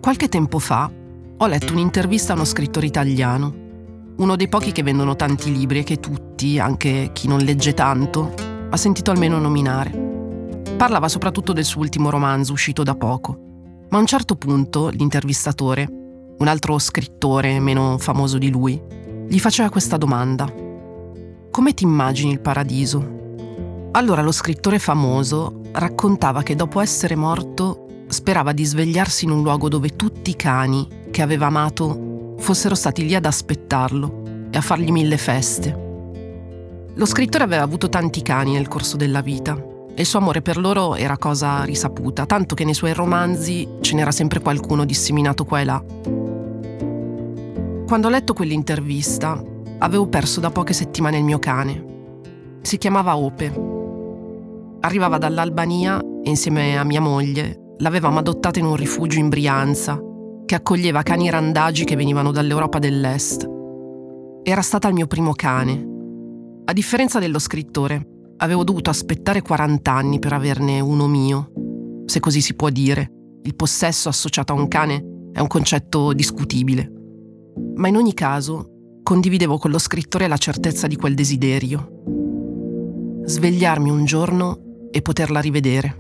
Qualche tempo fa ho letto un'intervista a uno scrittore italiano, uno dei pochi che vendono tanti libri e che tutti, anche chi non legge tanto, ha sentito almeno nominare. Parlava soprattutto del suo ultimo romanzo uscito da poco, ma a un certo punto l'intervistatore, un altro scrittore meno famoso di lui, gli faceva questa domanda: come ti immagini il paradiso? Allora lo scrittore famoso raccontava che dopo essere morto sperava di svegliarsi in un luogo dove tutti i cani che aveva amato fossero stati lì ad aspettarlo e a fargli 1000 feste. Lo scrittore aveva avuto tanti cani nel corso della vita e il suo amore per loro era cosa risaputa, tanto che nei suoi romanzi ce n'era sempre qualcuno disseminato qua e là. Quando ho letto quell'intervista, avevo perso da poche settimane il mio cane. Si chiamava Ope. Arrivava dall'Albania e insieme a mia moglie l'avevamo adottata in un rifugio in Brianza che accoglieva cani randagi che venivano dall'Europa dell'Est. Era stata il mio primo cane. A differenza dello scrittore, avevo dovuto aspettare 40 anni per averne uno mio, se così si può dire. Il possesso associato a un cane è un concetto discutibile. Ma in ogni caso, condividevo con lo scrittore la certezza di quel desiderio. Svegliarmi un giorno e poterla rivedere.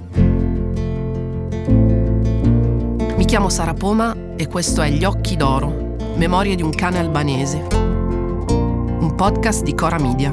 Mi chiamo Sara Poma e questo è Gli Occhi d'Oro, Memorie di un cane albanese, un podcast di Cora Media.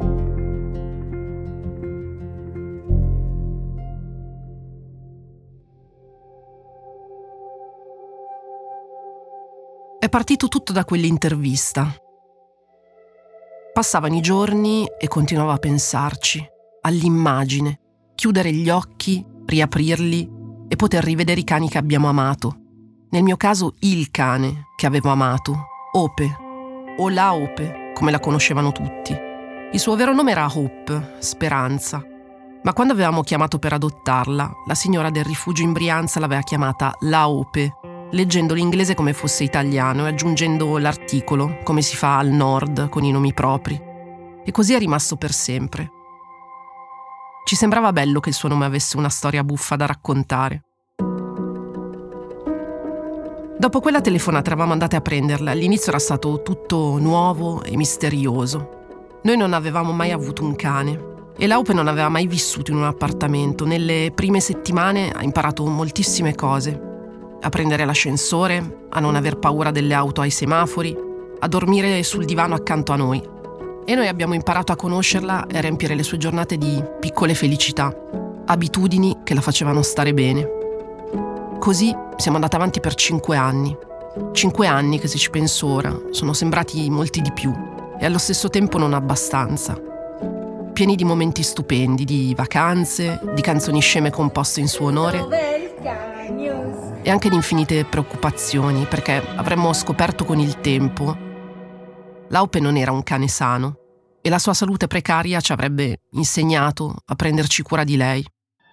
È partito tutto da quell'intervista. Passavano i giorni e continuavo a pensarci, all'immagine, chiudere gli occhi, riaprirli e poter rivedere i cani che abbiamo amato. Nel mio caso il cane che avevo amato, Ope, o la Ope, come la conoscevano tutti. Il suo vero nome era Hope, Speranza, ma quando avevamo chiamato per adottarla, la signora del rifugio in Brianza l'aveva chiamata la Ope, leggendo l'inglese come fosse italiano e aggiungendo l'articolo, come si fa al nord con i nomi propri. E così è rimasto per sempre. Ci sembrava bello che il suo nome avesse una storia buffa da raccontare. Dopo quella telefonata eravamo andate a prenderla. All'inizio era stato tutto nuovo e misterioso. Noi non avevamo mai avuto un cane e Laupe non aveva mai vissuto in un appartamento. Nelle prime settimane ha imparato moltissime cose. A prendere l'ascensore, a non aver paura delle auto ai semafori, a dormire sul divano accanto a noi. E noi abbiamo imparato a conoscerla e a riempire le sue giornate di piccole felicità, abitudini che la facevano stare bene. Così siamo andati avanti per 5 anni. 5 anni che, se ci penso ora, sono sembrati molti di più e allo stesso tempo non abbastanza. Pieni di momenti stupendi, di vacanze, di canzoni sceme composte in suo onore e anche di infinite preoccupazioni, perché avremmo scoperto con il tempo Laupe non era un cane sano e la sua salute precaria ci avrebbe insegnato a prenderci cura di lei.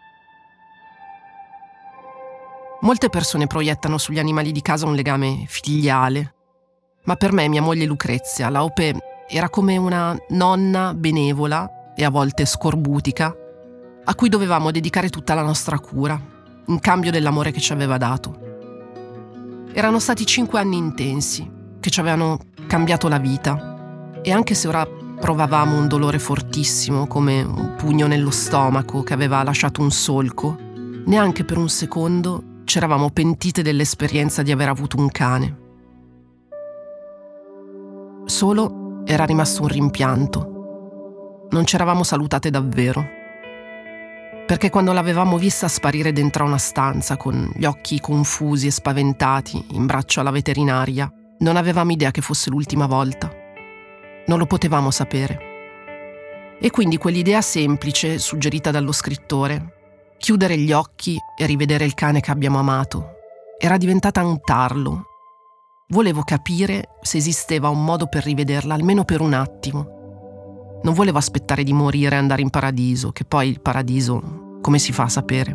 Molte persone proiettano sugli animali di casa un legame filiale, ma per me e mia moglie Lucrezia, Laupe era come una nonna benevola e a volte scorbutica, a cui dovevamo dedicare tutta la nostra cura, in cambio dell'amore che ci aveva dato. Erano stati 5 anni intensi, che ci avevano cambiato la vita, e anche se ora provavamo un dolore fortissimo, come un pugno nello stomaco che aveva lasciato un solco, neanche per un secondo ci eravamo pentite dell'esperienza di aver avuto un cane. Solo era rimasto un rimpianto. Non ci eravamo salutate davvero. Perché quando l'avevamo vista sparire dentro una stanza con gli occhi confusi e spaventati in braccio alla veterinaria, non avevamo idea che fosse l'ultima volta. Non lo potevamo sapere. E quindi quell'idea semplice, suggerita dallo scrittore, chiudere gli occhi e rivedere il cane che abbiamo amato, era diventata un tarlo. Volevo capire se esisteva un modo per rivederla, almeno per un attimo. Non volevo aspettare di morire e andare in paradiso, che poi il paradiso, come si fa a sapere?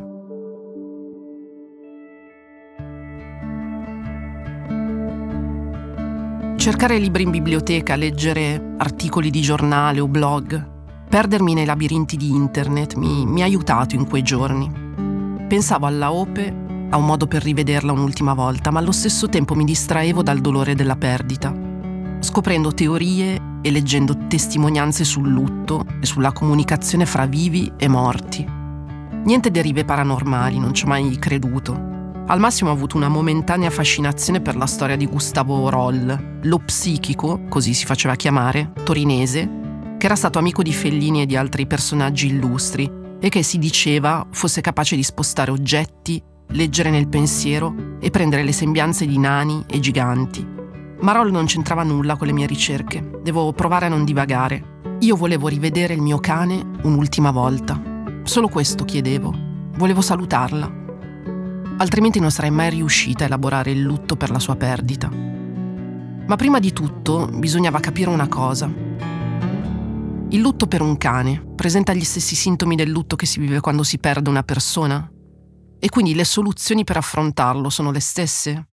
Cercare libri in biblioteca, leggere articoli di giornale o blog, perdermi nei labirinti di internet mi ha aiutato in quei giorni. Pensavo alla Ope a un modo per rivederla un'ultima volta, ma allo stesso tempo mi distraevo dal dolore della perdita, scoprendo teorie e leggendo testimonianze sul lutto e sulla comunicazione fra vivi e morti. Niente derive paranormali, non ci ho mai creduto. Al massimo ho avuto una momentanea fascinazione per la storia di Gustavo Roll, lo psichico, così si faceva chiamare, torinese, che era stato amico di Fellini e di altri personaggi illustri e che si diceva fosse capace di spostare oggetti, leggere nel pensiero e prendere le sembianze di nani e giganti. Ma Roll non c'entrava nulla con le mie ricerche. Devo provare a non divagare. Io volevo rivedere il mio cane un'ultima volta. Solo questo chiedevo. Volevo salutarla. Altrimenti non sarei mai riuscita a elaborare il lutto per la sua perdita. Ma prima di tutto bisognava capire una cosa. Il lutto per un cane presenta gli stessi sintomi del lutto che si vive quando si perde una persona? E quindi le soluzioni per affrontarlo sono le stesse?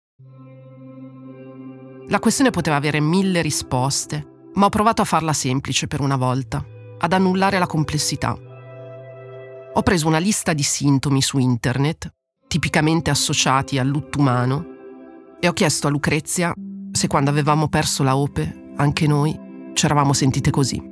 La questione poteva avere 1000 risposte, ma ho provato a farla semplice per una volta, ad annullare la complessità. Ho preso una lista di sintomi su internet, tipicamente associati al lutto umano, e ho chiesto a Lucrezia se quando avevamo perso la Ope, anche noi, ci eravamo sentite così.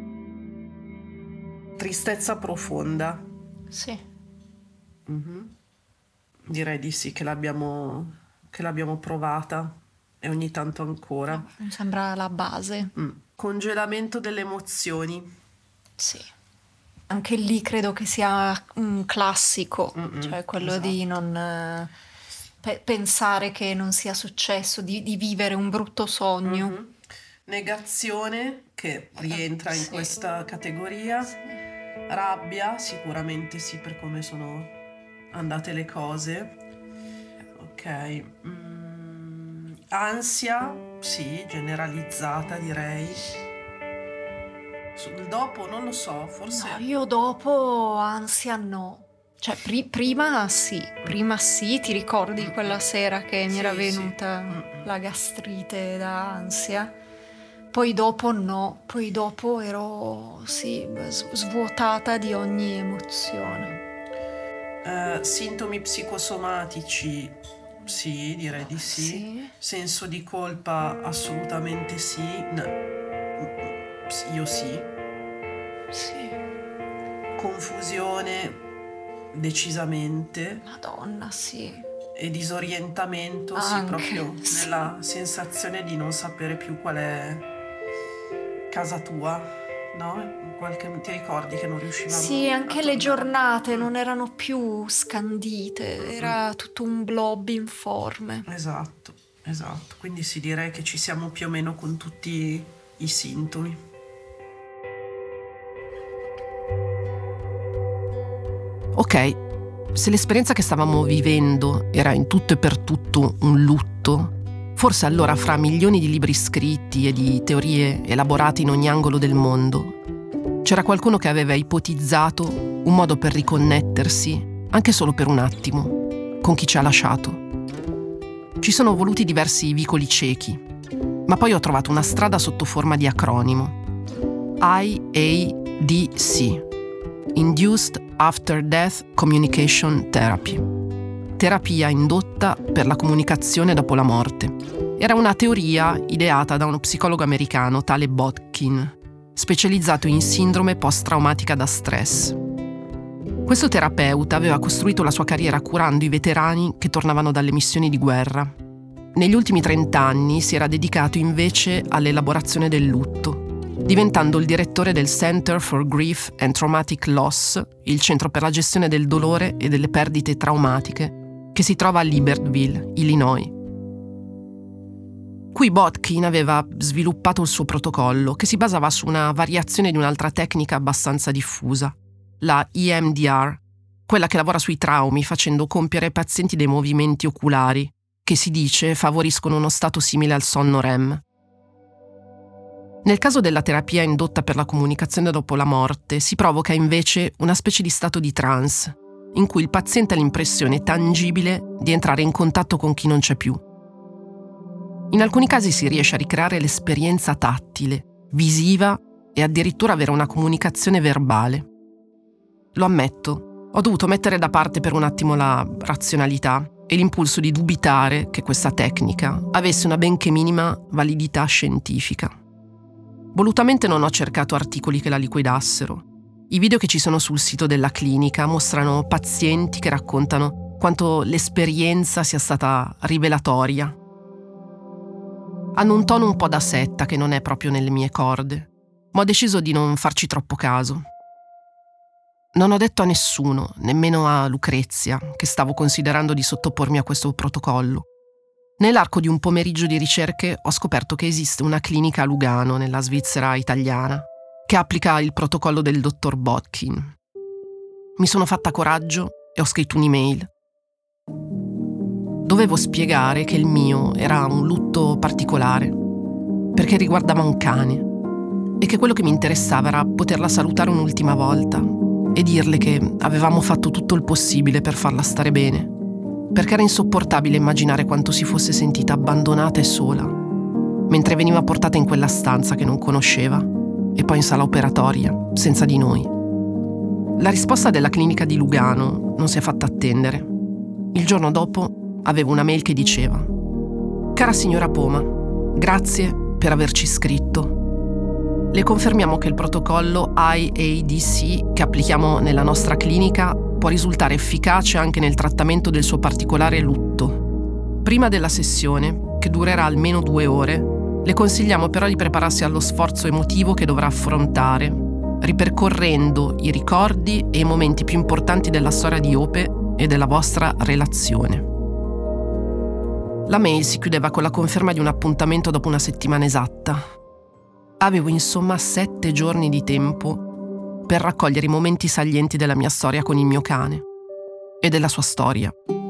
Tristezza profonda. Sì. Mm-hmm. Direi di sì, che l'abbiamo provata e ogni tanto ancora. Mi sembra la base. Congelamento delle emozioni. Sì. Anche lì credo che sia un classico, cioè quello esatto. di non pensare che non sia successo, di vivere un brutto sogno. Mm-hmm. Negazione, che rientra in questa categoria. Sì. Rabbia, sicuramente sì, per come sono andate le cose. Ok. Ansia, sì, generalizzata direi. Sul dopo non lo so, forse... No, io dopo ansia no. Cioè prima sì, ti ricordi quella sera che mi era venuta la gastrite da ansia? Poi dopo no, poi dopo ero svuotata di ogni emozione. Sintomi psicosomatici, sì, direi di sì. Sì. Senso di colpa, assolutamente sì. No. Io sì. Sì. Confusione, decisamente. Madonna, sì. E disorientamento, Anche, sì, proprio sì. nella sensazione di non sapere più qual è casa tua, no? Ti ricordi che non riuscivamo Sì, anche le tornare? giornate non erano più scandite, era tutto un blob informe. Esatto. Quindi si direi che ci siamo più o meno con tutti i sintomi. Ok, se l'esperienza che stavamo vivendo era in tutto e per tutto un lutto, forse allora fra milioni di libri scritti e di teorie elaborate in ogni angolo del mondo, c'era qualcuno che aveva ipotizzato un modo per riconnettersi, anche solo per un attimo, con chi ci ha lasciato. Ci sono voluti diversi vicoli ciechi, ma poi ho trovato una strada sotto forma di acronimo. IADC, Induced After Death Communication Therapy. Terapia indotta per la comunicazione dopo la morte. Era una teoria ideata da uno psicologo americano, tale Botkin, specializzato in sindrome post-traumatica da stress. Questo terapeuta aveva costruito la sua carriera curando i veterani che tornavano dalle missioni di guerra. Negli ultimi 30 anni si era dedicato invece all'elaborazione del lutto, diventando il direttore del Center for Grief and Traumatic Loss, il centro per la gestione del dolore e delle perdite traumatiche, che si trova a Libertyville, Illinois. Qui Botkin aveva sviluppato il suo protocollo, che si basava su una variazione di un'altra tecnica abbastanza diffusa, la EMDR, quella che lavora sui traumi facendo compiere ai pazienti dei movimenti oculari, che si dice favoriscono uno stato simile al sonno REM. Nel caso della terapia indotta per la comunicazione dopo la morte, si provoca invece una specie di stato di trance, in cui il paziente ha l'impressione tangibile di entrare in contatto con chi non c'è più. In alcuni casi si riesce a ricreare l'esperienza tattile, visiva e addirittura avere una comunicazione verbale. Lo ammetto, ho dovuto mettere da parte per un attimo la razionalità e l'impulso di dubitare che questa tecnica avesse una benché minima validità scientifica. Volutamente non ho cercato articoli che la liquidassero. I video che ci sono sul sito della clinica mostrano pazienti che raccontano quanto l'esperienza sia stata rivelatoria. Hanno un tono un po' da setta che non è proprio nelle mie corde, ma ho deciso di non farci troppo caso. Non ho detto a nessuno, nemmeno a Lucrezia, che stavo considerando di sottopormi a questo protocollo. Nell'arco di un pomeriggio di ricerche ho scoperto che esiste una clinica a Lugano, nella Svizzera italiana, che applica il protocollo del dottor Botkin. Mi sono fatta coraggio e ho scritto un'email. Dovevo spiegare che il mio era un lutto particolare, perché riguardava un cane, e che quello che mi interessava era poterla salutare un'ultima volta e dirle che avevamo fatto tutto il possibile per farla stare bene, perché era insopportabile immaginare quanto si fosse sentita abbandonata e sola, mentre veniva portata in quella stanza che non conosceva e poi in sala operatoria, senza di noi. La risposta della clinica di Lugano non si è fatta attendere. Il giorno dopo avevo una mail che diceva: «Cara signora Poma, grazie per averci scritto. Le confermiamo che il protocollo IADC che applichiamo nella nostra clinica può risultare efficace anche nel trattamento del suo particolare lutto. Prima della sessione, che durerà almeno 2 ore, le consigliamo però di prepararsi allo sforzo emotivo che dovrà affrontare, ripercorrendo i ricordi e i momenti più importanti della storia di Ope e della vostra relazione». La mail si chiudeva con la conferma di un appuntamento dopo una settimana esatta. Avevo insomma 7 giorni di tempo per raccogliere i momenti salienti della mia storia con il mio cane e della sua storia.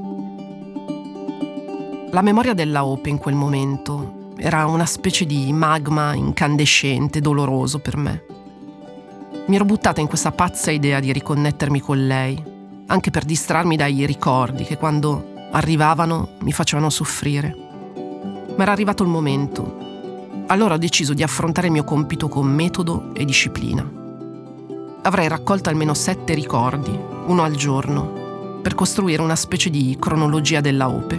La memoria della Ope in quel momento era una specie di magma incandescente, doloroso per me. Mi ero buttata in questa pazza idea di riconnettermi con lei, anche per distrarmi dai ricordi che quando arrivavano mi facevano soffrire. Ma era arrivato il momento. Allora ho deciso di affrontare il mio compito con metodo e disciplina. Avrei raccolto almeno 7 ricordi, uno al giorno, per costruire una specie di cronologia della Ope.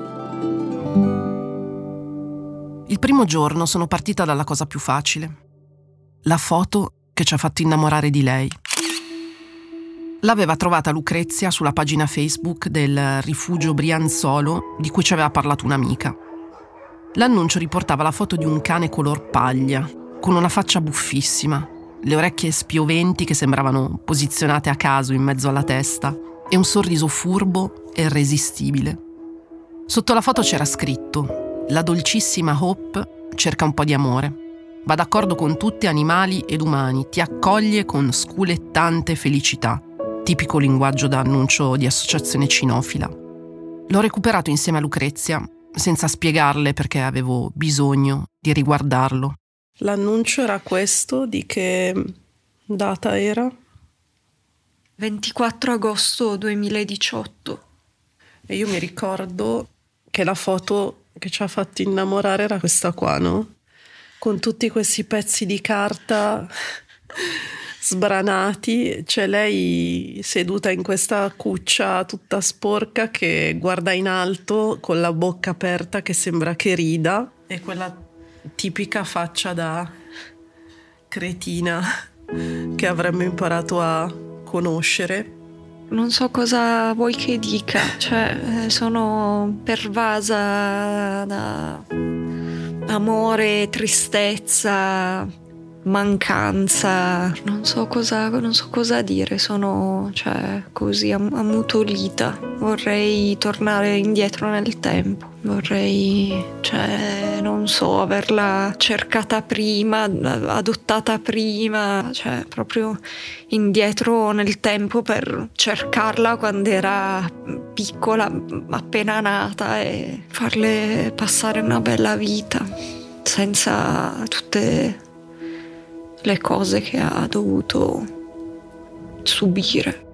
Il primo giorno sono partita dalla cosa più facile: la foto che ci ha fatto innamorare di lei. L'aveva trovata Lucrezia sulla pagina Facebook del rifugio Brianzolo di cui ci aveva parlato un'amica. L'annuncio riportava la foto di un cane color paglia, con una faccia buffissima, le orecchie spioventi che sembravano posizionate a caso in mezzo alla testa e un sorriso furbo e irresistibile. Sotto la foto c'era scritto: «La dolcissima Hope cerca un po' di amore. Va d'accordo con tutti, animali ed umani, ti accoglie con sculettante felicità». Tipico linguaggio da annuncio di associazione cinofila. L'ho recuperato insieme a Lucrezia, senza spiegarle perché avevo bisogno di riguardarlo. L'annuncio era questo, di che data era? 24 agosto 2018. E io mi ricordo che la foto che ci ha fatto innamorare era questa qua, no? Con tutti questi pezzi di carta sbranati, c'è lei seduta in questa cuccia tutta sporca che guarda in alto con la bocca aperta che sembra che rida, e quella tipica faccia da cretina che avremmo imparato a conoscere. Non so cosa vuoi che dica, cioè sono pervasa da amore, tristezza, mancanza, non so cosa dire, sono così ammutolita. Vorrei tornare indietro nel tempo, vorrei, non so, averla cercata prima, adottata prima, proprio indietro nel tempo per cercarla quando era piccola, appena nata, e farle passare una bella vita senza tutte le cose che ha dovuto subire.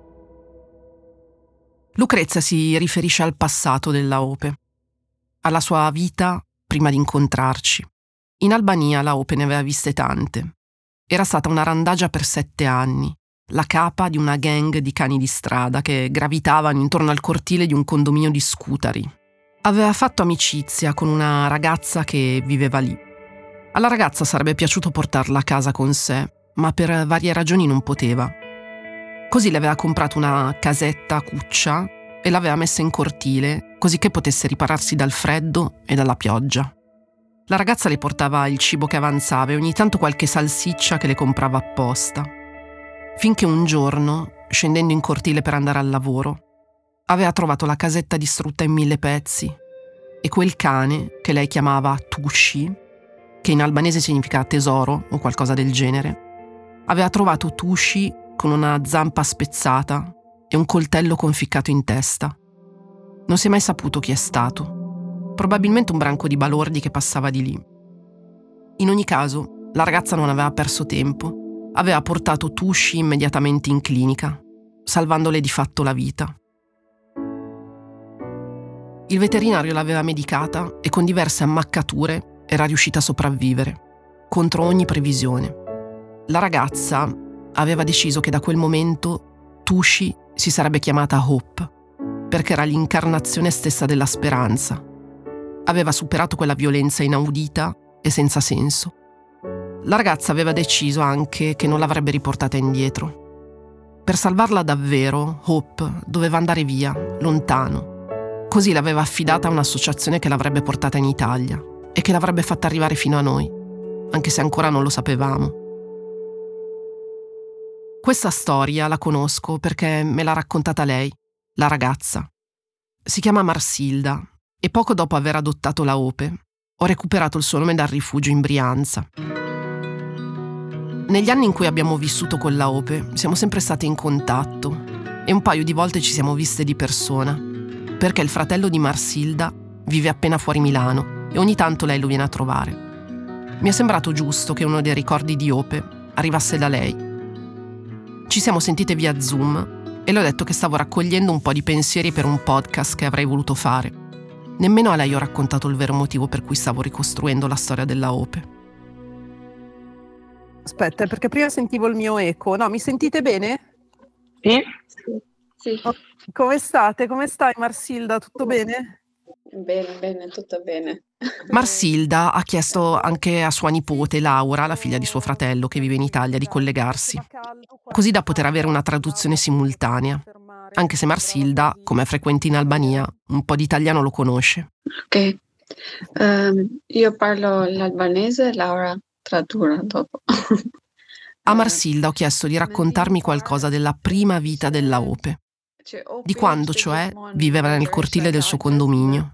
Lucrezia si riferisce al passato della Ope, alla sua vita prima di incontrarci. In Albania la Ope ne aveva viste tante. Era stata una randagia per 7 anni, la capa di una gang di cani di strada che gravitavano intorno al cortile di un condominio di Scutari. Aveva fatto amicizia con una ragazza che viveva lì. Alla ragazza sarebbe piaciuto portarla a casa con sé, ma per varie ragioni non poteva. Così le aveva comprato una casetta a cuccia e l'aveva messa in cortile, così che potesse ripararsi dal freddo e dalla pioggia. La ragazza le portava il cibo che avanzava e ogni tanto qualche salsiccia che le comprava apposta. Finché un giorno, scendendo in cortile per andare al lavoro, aveva trovato la casetta distrutta in 1000 pezzi e quel cane, che lei chiamava Tushi, che in albanese significa tesoro o qualcosa del genere, aveva trovato Tushi con una zampa spezzata e un coltello conficcato in testa. Non si è mai saputo chi è stato. Probabilmente un branco di balordi che passava di lì. In ogni caso, la ragazza non aveva perso tempo. Aveva portato Tushi immediatamente in clinica, salvandole di fatto la vita. Il veterinario l'aveva medicata e con diverse ammaccature era riuscita a sopravvivere, contro ogni previsione. La ragazza aveva deciso che da quel momento Tushi si sarebbe chiamata Hope, perché era l'incarnazione stessa della speranza. Aveva superato quella violenza inaudita e senza senso. La ragazza aveva deciso anche che non l'avrebbe riportata indietro. Per salvarla davvero, Hope doveva andare via, lontano. Così l'aveva affidata a un'associazione che l'avrebbe portata in Italia e che l'avrebbe fatta arrivare fino a noi, anche se ancora non lo sapevamo. Questa storia la conosco perché me l'ha raccontata lei, la ragazza. Si chiama Marsilda e poco dopo aver adottato la Ope ho recuperato il suo nome dal rifugio in Brianza. Negli anni in cui abbiamo vissuto con la Ope siamo sempre state in contatto e un paio di volte ci siamo viste di persona, perché il fratello di Marsilda vive appena fuori Milano e ogni tanto lei lo viene a trovare. Mi è sembrato giusto che uno dei ricordi di Ope arrivasse da lei. Ci siamo sentite via Zoom e le ho detto che stavo raccogliendo un po' di pensieri per un podcast che avrei voluto fare. Nemmeno a lei ho raccontato il vero motivo per cui stavo ricostruendo la storia della Ope. Aspetta, perché prima sentivo il mio eco. No, mi sentite bene? Sì? Sì. Oh, come state? Come stai, Marsilda? Tutto bene? Bene, tutto bene. Marsilda ha chiesto anche a sua nipote Laura, la figlia di suo fratello che vive in Italia, di collegarsi, così da poter avere una traduzione simultanea, anche se Marsilda, come è frequente in Albania, un po' di italiano lo conosce. Ok. Io parlo l'albanese, Laura tradurrà dopo. A Marsilda ho chiesto di raccontarmi qualcosa della prima vita della Ope, di quando, cioè, viveva nel cortile del suo condominio.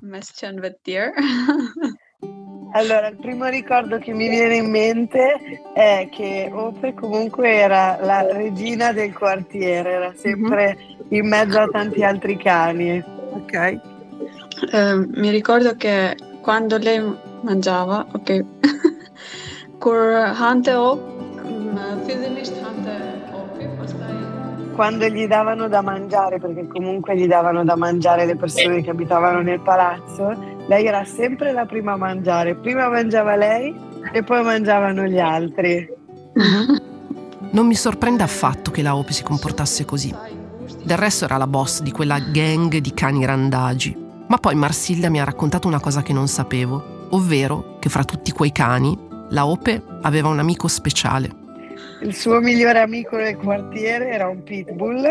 Allora, il primo ricordo che mi viene in mente è che Ope comunque era la regina del quartiere, era sempre in mezzo a tanti altri cani. Ok. Mi ricordo che quando lei mangiava, ok, kur hante op, fillimisht hante opi, pastaj Quando gli davano da mangiare, perché comunque gli davano da mangiare le persone che abitavano nel palazzo, lei era sempre la prima a mangiare. Prima mangiava lei e poi mangiavano gli altri. Non mi sorprende affatto che la Ope si comportasse così. Del resto era la boss di quella gang di cani randagi. Ma poi Marsilda mi ha raccontato una cosa che non sapevo, ovvero che fra tutti quei cani la Ope aveva un amico speciale. Il suo migliore amico del quartiere era un pitbull.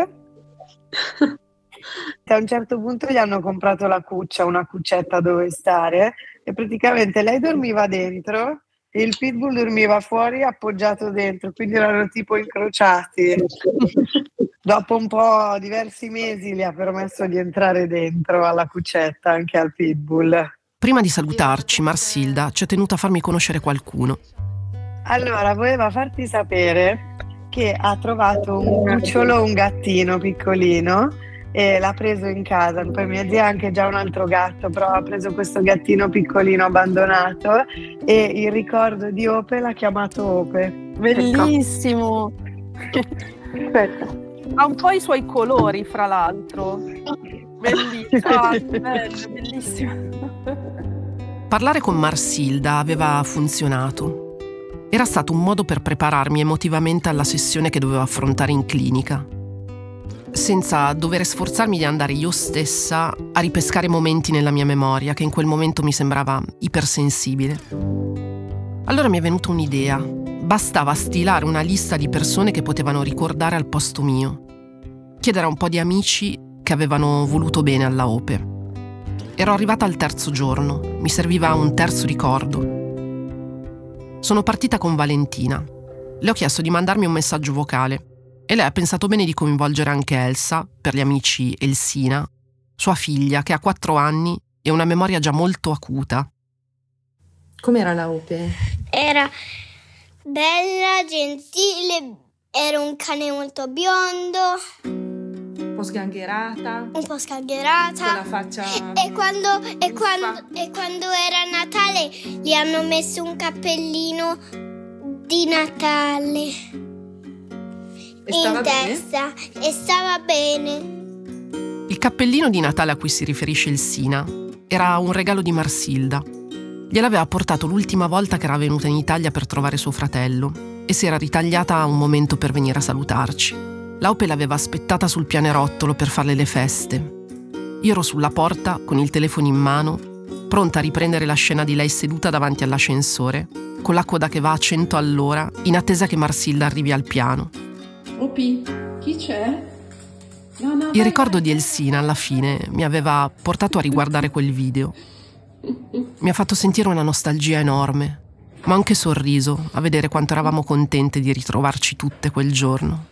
A un certo punto gli hanno comprato la cuccia, una cuccetta dove stare, e praticamente lei dormiva dentro e il pitbull dormiva fuori appoggiato dentro, quindi erano tipo incrociati. Dopo un po', diversi mesi, gli ha permesso di entrare dentro alla cuccetta anche al pitbull. Prima di salutarci, Marsilda ci è tenuta a farmi conoscere qualcuno. Allora, voleva farti sapere che ha trovato un cucciolo, un gattino piccolino, e l'ha preso in casa. Poi mia zia ha anche già un altro gatto, però ha preso questo gattino piccolino abbandonato e il ricordo di Ope l'ha chiamato Ope. Bellissimo! Aspetta. Ha un po' i suoi colori, fra l'altro. Bellissimo, bello, bellissimo. Parlare con Marsilda aveva funzionato. Era stato un modo per prepararmi emotivamente alla sessione che dovevo affrontare in clinica, senza dover sforzarmi di andare io stessa a ripescare momenti nella mia memoria che in quel momento mi sembrava ipersensibile. Allora mi è venuta un'idea. Bastava stilare una lista di persone che potevano ricordare al posto mio, chiedere a un po' di amici che avevano voluto bene alla Ope. Ero arrivata al 3° giorno, mi serviva un 3° ricordo. Sono partita con Valentina. Le ho chiesto di mandarmi un messaggio vocale e lei ha pensato bene di coinvolgere anche Elsa, per gli amici Elsina, sua figlia che ha 4 anni e una memoria già molto acuta. Com'era la Ope? Era bella, gentile, era un cane molto biondo. Un po' sgangherata. Un po' sgangherata. Con la faccia. E quando era Natale gli hanno messo un cappellino di Natale in testa e stava bene. Il cappellino di Natale a cui si riferisce Elsina era un regalo di Marsilda. Gliel'aveva portato l'ultima volta che era venuta in Italia per trovare suo fratello e si era ritagliata un momento per venire a salutarci. La Ope l'aveva aspettata sul pianerottolo per farle le feste. Io ero sulla porta con il telefono in mano, pronta a riprendere la scena di lei seduta davanti all'ascensore, con la coda che va a 100 all'ora, in attesa che Marsilda arrivi al piano. Opi, chi c'è? No, Il ricordo di Elsina alla fine mi aveva portato a riguardare quel video. Mi ha fatto sentire una nostalgia enorme, ma anche sorriso a vedere quanto eravamo contente di ritrovarci tutte quel giorno.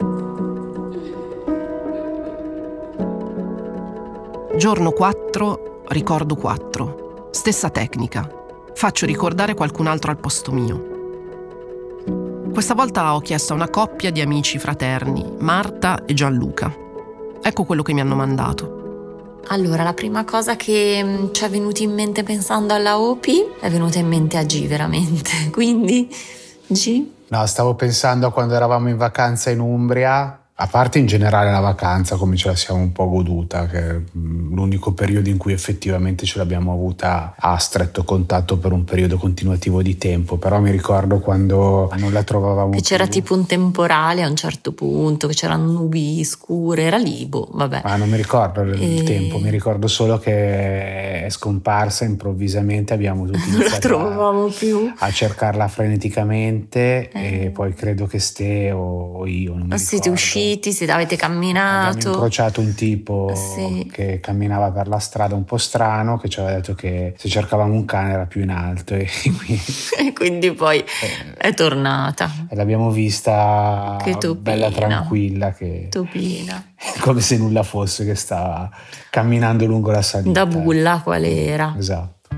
Giorno 4, ricordo 4. Stessa tecnica. Faccio ricordare qualcun altro al posto mio. Questa volta ho chiesto a una coppia di amici fraterni, Marta e Gianluca. Ecco quello che mi hanno mandato. Allora, la prima cosa che ci è venuta in mente pensando alla Opi è venuta in mente a G, veramente. Quindi, G? No, stavo pensando a quando eravamo in vacanza in Umbria. A parte in generale la vacanza, come ce la siamo un po' goduta, che è l'unico periodo in cui effettivamente ce l'abbiamo avuta a stretto contatto per un periodo continuativo di tempo, però mi ricordo quando non la trovavamo che c'era più. tipo un temporale a un certo punto, che c'erano nubi scure, era Libo, vabbè. Ma non mi ricordo il tempo, mi ricordo solo che è scomparsa improvvisamente, abbiamo tutti non la trovavamo più a cercarla freneticamente e poi credo che Ste o io, non mi ricordo. Siete usciti, avete camminato. Abbiamo incrociato un tipo che camminava per la strada un po' strano, che ci aveva detto che se cercavamo un cane era più in alto e quindi poi è tornata. E l'abbiamo vista che topina, bella tranquilla, che topina, come se nulla fosse, che stava camminando lungo la salita. Da bulla qual era. Esatto.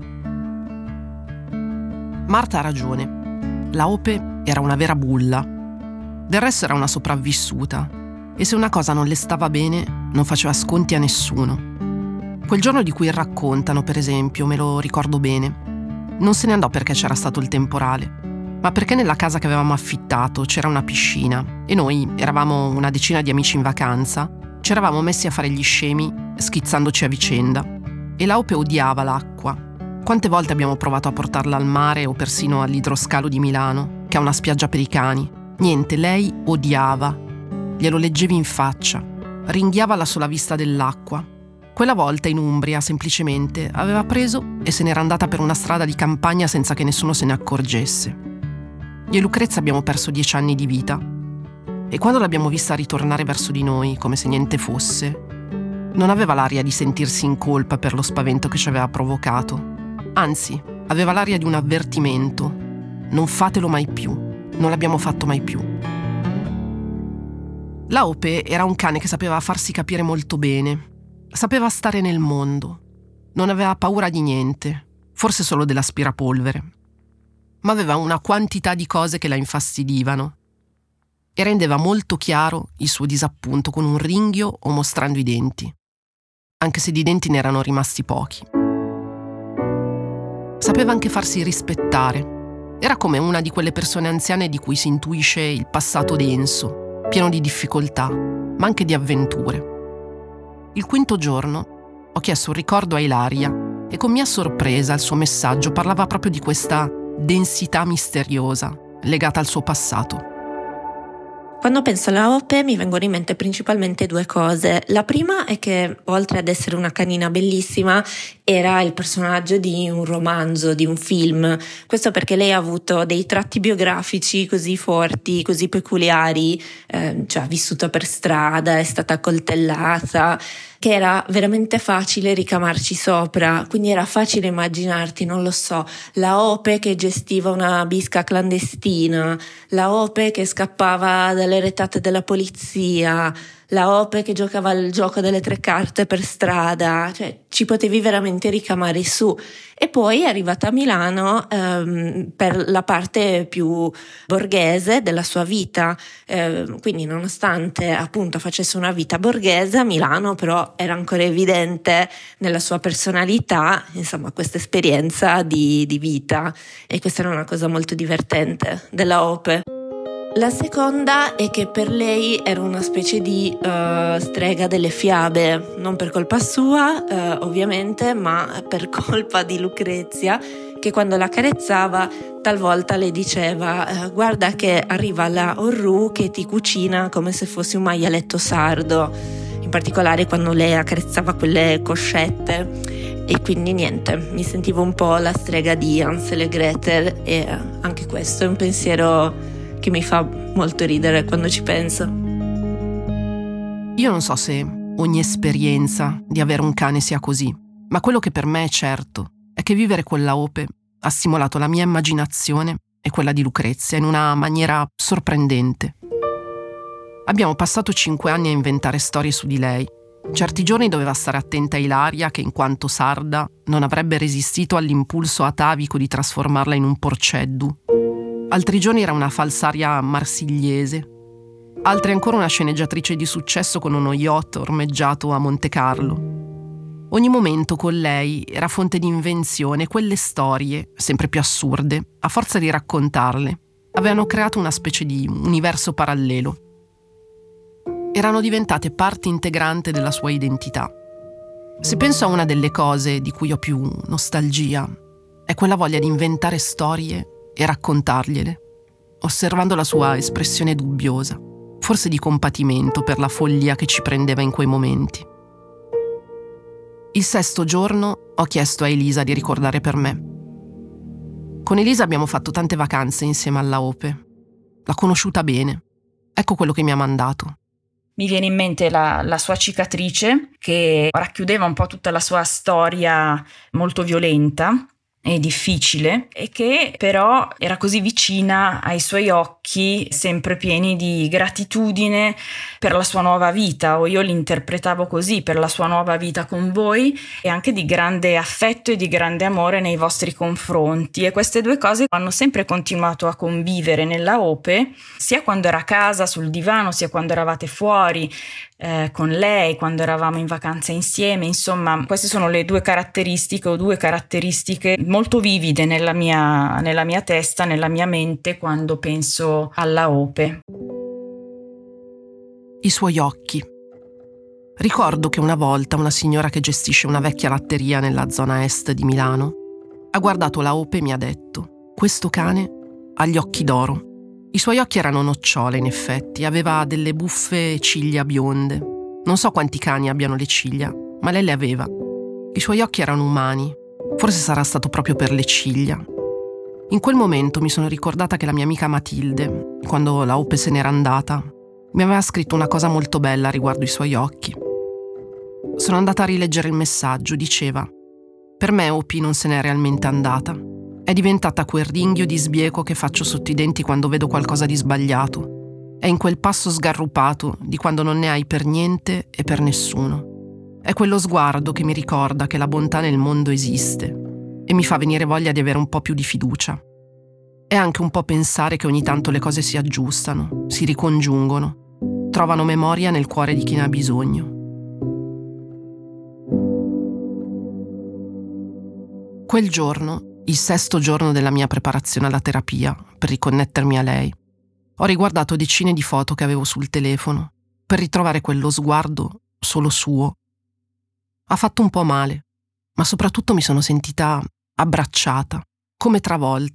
Marta ha ragione. La Ope era una vera bulla. Del resto era una sopravvissuta e se una cosa non le stava bene non faceva sconti a nessuno. Quel giorno di cui raccontano, per esempio, me lo ricordo bene. Non se ne andò perché c'era stato il temporale, ma perché nella casa che avevamo affittato c'era una piscina e noi eravamo una decina di amici in vacanza, ci eravamo messi a fare gli scemi schizzandoci a vicenda e la Ope odiava l'acqua. Quante volte abbiamo provato a portarla al mare o persino all'idroscalo di Milano, che ha una spiaggia per i cani. Niente, lei odiava. Glielo leggevi in faccia. Ringhiava alla sola vista dell'acqua. Quella volta in Umbria, semplicemente, aveva preso e se n'era andata per una strada di campagna senza che nessuno se ne accorgesse. Io e Lucrezia abbiamo perso 10 anni di vita. E quando l'abbiamo vista ritornare verso di noi, come se niente fosse, non aveva l'aria di sentirsi in colpa per lo spavento che ci aveva provocato. Anzi, aveva l'aria di un avvertimento. Non fatelo mai più. Non l'abbiamo fatto mai più. La Ope era un cane che sapeva farsi capire molto bene. Sapeva stare nel mondo. Non aveva paura di niente, forse solo dell'aspirapolvere. Ma aveva una quantità di cose che la infastidivano. E rendeva molto chiaro il suo disappunto con un ringhio o mostrando i denti. Anche se di denti ne erano rimasti pochi. Sapeva anche farsi rispettare. Era come una di quelle persone anziane di cui si intuisce il passato denso, pieno di difficoltà, ma anche di avventure. Il 5° giorno ho chiesto un ricordo a Ilaria e con mia sorpresa il suo messaggio parlava proprio di questa densità misteriosa legata al suo passato. Quando penso alla Hope mi vengono in mente principalmente due cose. La prima è che, oltre ad essere una canina bellissima, era il personaggio di un romanzo, di un film. Questo perché lei ha avuto dei tratti biografici così forti, così peculiari, cioè ha vissuto per strada, è stata accoltellata, che era veramente facile ricamarci sopra. Quindi era facile immaginarti, non lo so, la Hope che gestiva una bisca clandestina, la Hope che scappava dalle retate della polizia, la Hope che giocava al gioco delle 3 carte per strada, cioè ci potevi veramente ricamare su. E poi è arrivata a Milano per la parte più borghese della sua vita, quindi nonostante appunto facesse una vita borghese, a Milano però era ancora evidente nella sua personalità, insomma, questa esperienza di vita, e questa era una cosa molto divertente della Hope. La seconda è che per lei era una specie di strega delle fiabe, non per colpa sua ovviamente, ma per colpa di Lucrezia, che quando la carezzava talvolta le diceva guarda che arriva la Orru che ti cucina come se fossi un maialetto sardo, in particolare quando lei accarezzava quelle coscette. E quindi niente, mi sentivo un po' la strega di Hansel e Gretel, e anche questo è un pensiero che mi fa molto ridere quando ci penso. Io non so se ogni esperienza di avere un cane sia così, ma quello che per me è certo è che vivere con la Hope ha stimolato la mia immaginazione e quella di Lucrezia in una maniera sorprendente. Abbiamo passato 5 anni a inventare storie su di lei. Certi giorni doveva stare attenta a Ilaria, che in quanto sarda non avrebbe resistito all'impulso atavico di trasformarla in un porceddu. Altri giorni era una falsaria marsigliese. Altri ancora una sceneggiatrice di successo con uno yacht ormeggiato a Monte Carlo. Ogni momento con lei era fonte di invenzione e quelle storie, sempre più assurde, a forza di raccontarle, avevano creato una specie di universo parallelo. Erano diventate parte integrante della sua identità. Se penso a una delle cose di cui ho più nostalgia, è quella voglia di inventare storie e raccontargliele, osservando la sua espressione dubbiosa, forse di compatimento per la follia che ci prendeva in quei momenti. Il 6° giorno ho chiesto a Elisa di ricordare per me. Con Elisa abbiamo fatto tante vacanze insieme alla Hope. L'ha conosciuta bene. Ecco quello che mi ha mandato. Mi viene in mente la sua cicatrice, che racchiudeva un po' tutta la sua storia molto violenta e difficile, e che però era così vicina ai suoi occhi, sempre pieni di gratitudine per la sua nuova vita, o io l'interpretavo così, per la sua nuova vita con voi, e anche di grande affetto e di grande amore nei vostri confronti. E queste due cose hanno sempre continuato a convivere nella Hope, sia quando era a casa sul divano, sia quando eravate fuori con lei, quando eravamo in vacanza insieme. Insomma, queste sono le due caratteristiche molto vivide nella mia testa, nella mia mente, quando penso alla Hope. I suoi occhi. Ricordo che una volta una signora che gestisce una vecchia latteria nella zona est di Milano ha guardato la Hope e mi ha detto: questo cane ha gli occhi d'oro. I suoi occhi erano nocciole, in effetti, aveva delle buffe ciglia bionde. Non so quanti cani abbiano le ciglia, ma lei le aveva. I suoi occhi erano umani, forse sarà stato proprio per le ciglia. In quel momento mi sono ricordata che la mia amica Matilde, quando la Hope se n'era andata, mi aveva scritto una cosa molto bella riguardo i suoi occhi. Sono andata a rileggere il messaggio, diceva: per me Hope non se n'è realmente andata. È diventata quel ringhio di sbieco che faccio sotto i denti quando vedo qualcosa di sbagliato. È in quel passo sgarrupato di quando non ne hai per niente e per nessuno. È quello sguardo che mi ricorda che la bontà nel mondo esiste e mi fa venire voglia di avere un po' più di fiducia. È anche un po' pensare che ogni tanto le cose si aggiustano, si ricongiungono, trovano memoria nel cuore di chi ne ha bisogno. Quel giorno, il 6° giorno della mia preparazione alla terapia, per riconnettermi a lei, ho riguardato decine di foto che avevo sul telefono per ritrovare quello sguardo solo suo. Ha fatto un po' male, ma soprattutto mi sono sentita abbracciata, come travolta,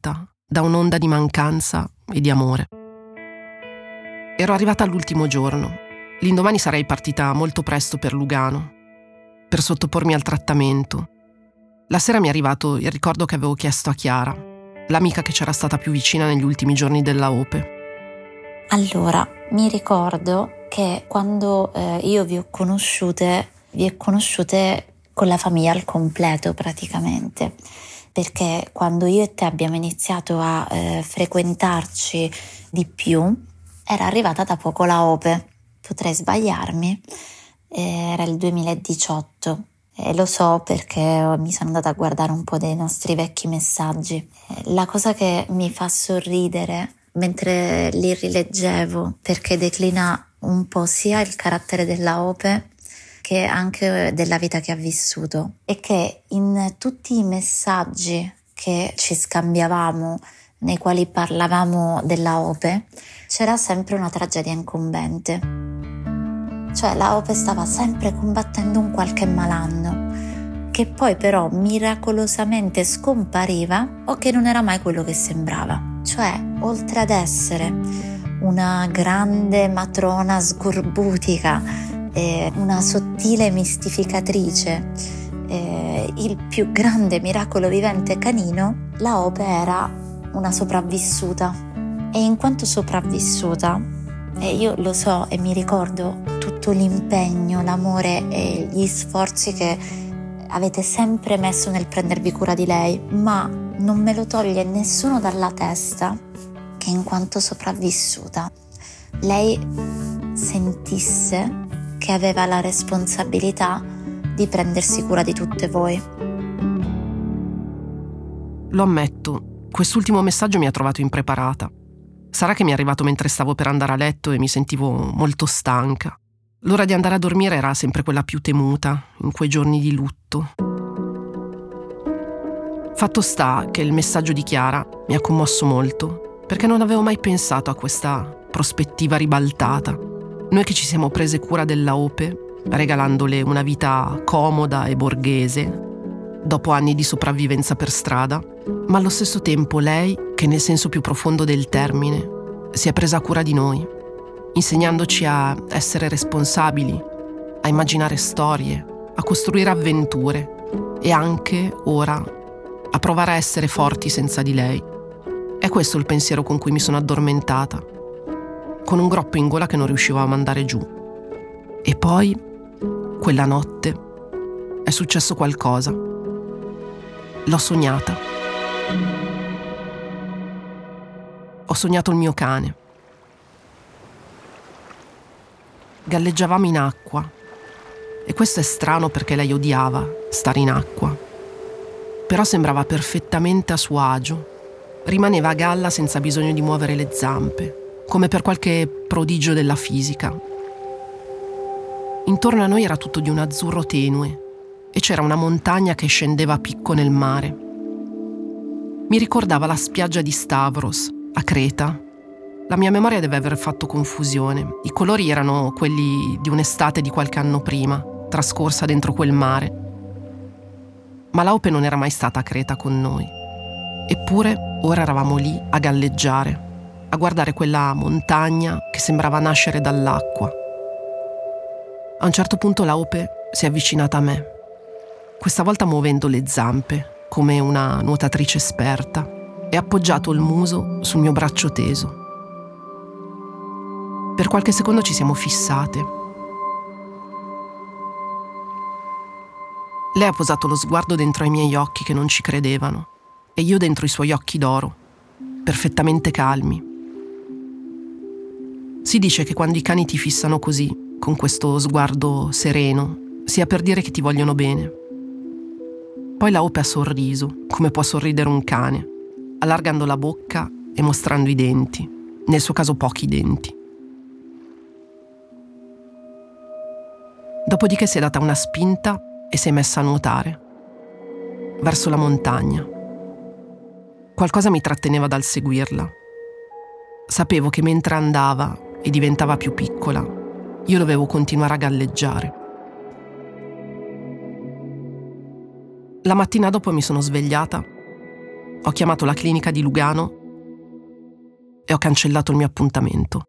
da un'onda di mancanza e di amore. Ero arrivata all'ultimo giorno. L'indomani sarei partita molto presto per Lugano, per sottopormi al trattamento. La sera mi è arrivato il ricordo che avevo chiesto a Chiara, l'amica che c'era stata più vicina negli ultimi giorni della OPE. Allora, mi ricordo che quando io vi ho conosciute con la famiglia al completo praticamente, perché quando io e te abbiamo iniziato a frequentarci di più, era arrivata da poco la OPE, potrei sbagliarmi, era il 2018 e lo so perché mi sono andata a guardare un po' dei nostri vecchi messaggi. La cosa che mi fa sorridere mentre li rileggevo, perché declina un po' sia il carattere della OPE che anche della vita che ha vissuto, è che in tutti i messaggi che ci scambiavamo, nei quali parlavamo della OPE, c'era sempre una tragedia incombente. Cioè la OPE stava sempre combattendo un qualche malanno, che poi però miracolosamente scompariva o che non era mai quello che sembrava. Cioè, oltre ad essere una grande matrona sgorbutica, una sottile mistificatrice, il più grande miracolo vivente canino, la OPE era una sopravvissuta. E in quanto sopravvissuta, io lo so e mi ricordo tutto l'impegno, l'amore e gli sforzi che avete sempre messo nel prendervi cura di lei, ma non me lo toglie nessuno dalla testa che in quanto sopravvissuta lei sentisse che aveva la responsabilità di prendersi cura di tutte voi. Lo ammetto, quest'ultimo messaggio mi ha trovato impreparata. Sarà che mi è arrivato mentre stavo per andare a letto e mi sentivo molto stanca. L'ora di andare a dormire era sempre quella più temuta in quei giorni di lutto. Fatto sta che il messaggio di Chiara mi ha commosso molto, perché non avevo mai pensato a questa prospettiva ribaltata. Noi che ci siamo prese cura della OPE, regalandole una vita comoda e borghese, dopo anni di sopravvivenza per strada, ma allo stesso tempo lei, che nel senso più profondo del termine, si è presa cura di noi, insegnandoci a essere responsabili, a immaginare storie, a costruire avventure e anche, ora, a provare a essere forti senza di lei. È questo il pensiero con cui mi sono addormentata, con un groppo in gola che non riuscivo a mandare giù. E poi, quella notte, è successo qualcosa. L'ho sognata. Ho sognato il mio cane. Galleggiavamo in acqua. E questo è strano perché lei odiava stare in acqua. Però sembrava perfettamente a suo agio. Rimaneva a galla senza bisogno di muovere le zampe, come per qualche prodigio della fisica. Intorno a noi era tutto di un azzurro tenue e c'era una montagna che scendeva a picco nel mare. Mi ricordava la spiaggia di Stavros, a Creta. La mia memoria deve aver fatto confusione. I colori erano quelli di un'estate di qualche anno prima, trascorsa dentro quel mare. Ma la OPE non era mai stata a Creta con noi. Eppure ora eravamo lì a galleggiare, a guardare quella montagna che sembrava nascere dall'acqua. A un certo punto la OPE si è avvicinata a me, questa volta muovendo le zampe, come una nuotatrice esperta, e ha appoggiato il muso sul mio braccio teso. Per qualche secondo ci siamo fissate. Lei ha posato lo sguardo dentro ai miei occhi che non ci credevano, e io dentro i suoi occhi d'oro, perfettamente calmi. Si dice che quando i cani ti fissano così, con questo sguardo sereno, sia per dire che ti vogliono bene. Poi la OPE ha sorriso, come può sorridere un cane, allargando la bocca e mostrando i denti, nel suo caso pochi denti. Dopodiché si è data una spinta e si è messa a nuotare, verso la montagna. Qualcosa mi tratteneva dal seguirla. Sapevo che mentre andava e diventava più piccola, io dovevo continuare a galleggiare. La mattina dopo mi sono svegliata, ho chiamato la clinica di Lugano e ho cancellato il mio appuntamento.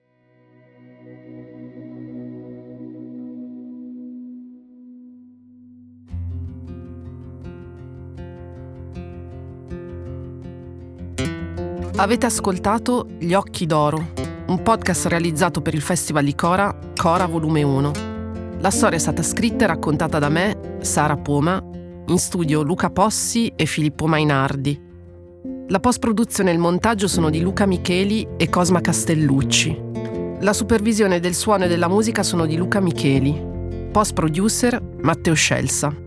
Avete ascoltato Gli Occhi d'Oro, un podcast realizzato per il Festival di Cora, Cora Volume 1. La storia è stata scritta e raccontata da me, Sara Poma, in studio Luca Possi e Filippo Mainardi. La post-produzione e il montaggio sono di Luca Micheli e Cosma Castellucci. La supervisione del suono e della musica sono di Luca Micheli. Post-producer Matteo Scelsa.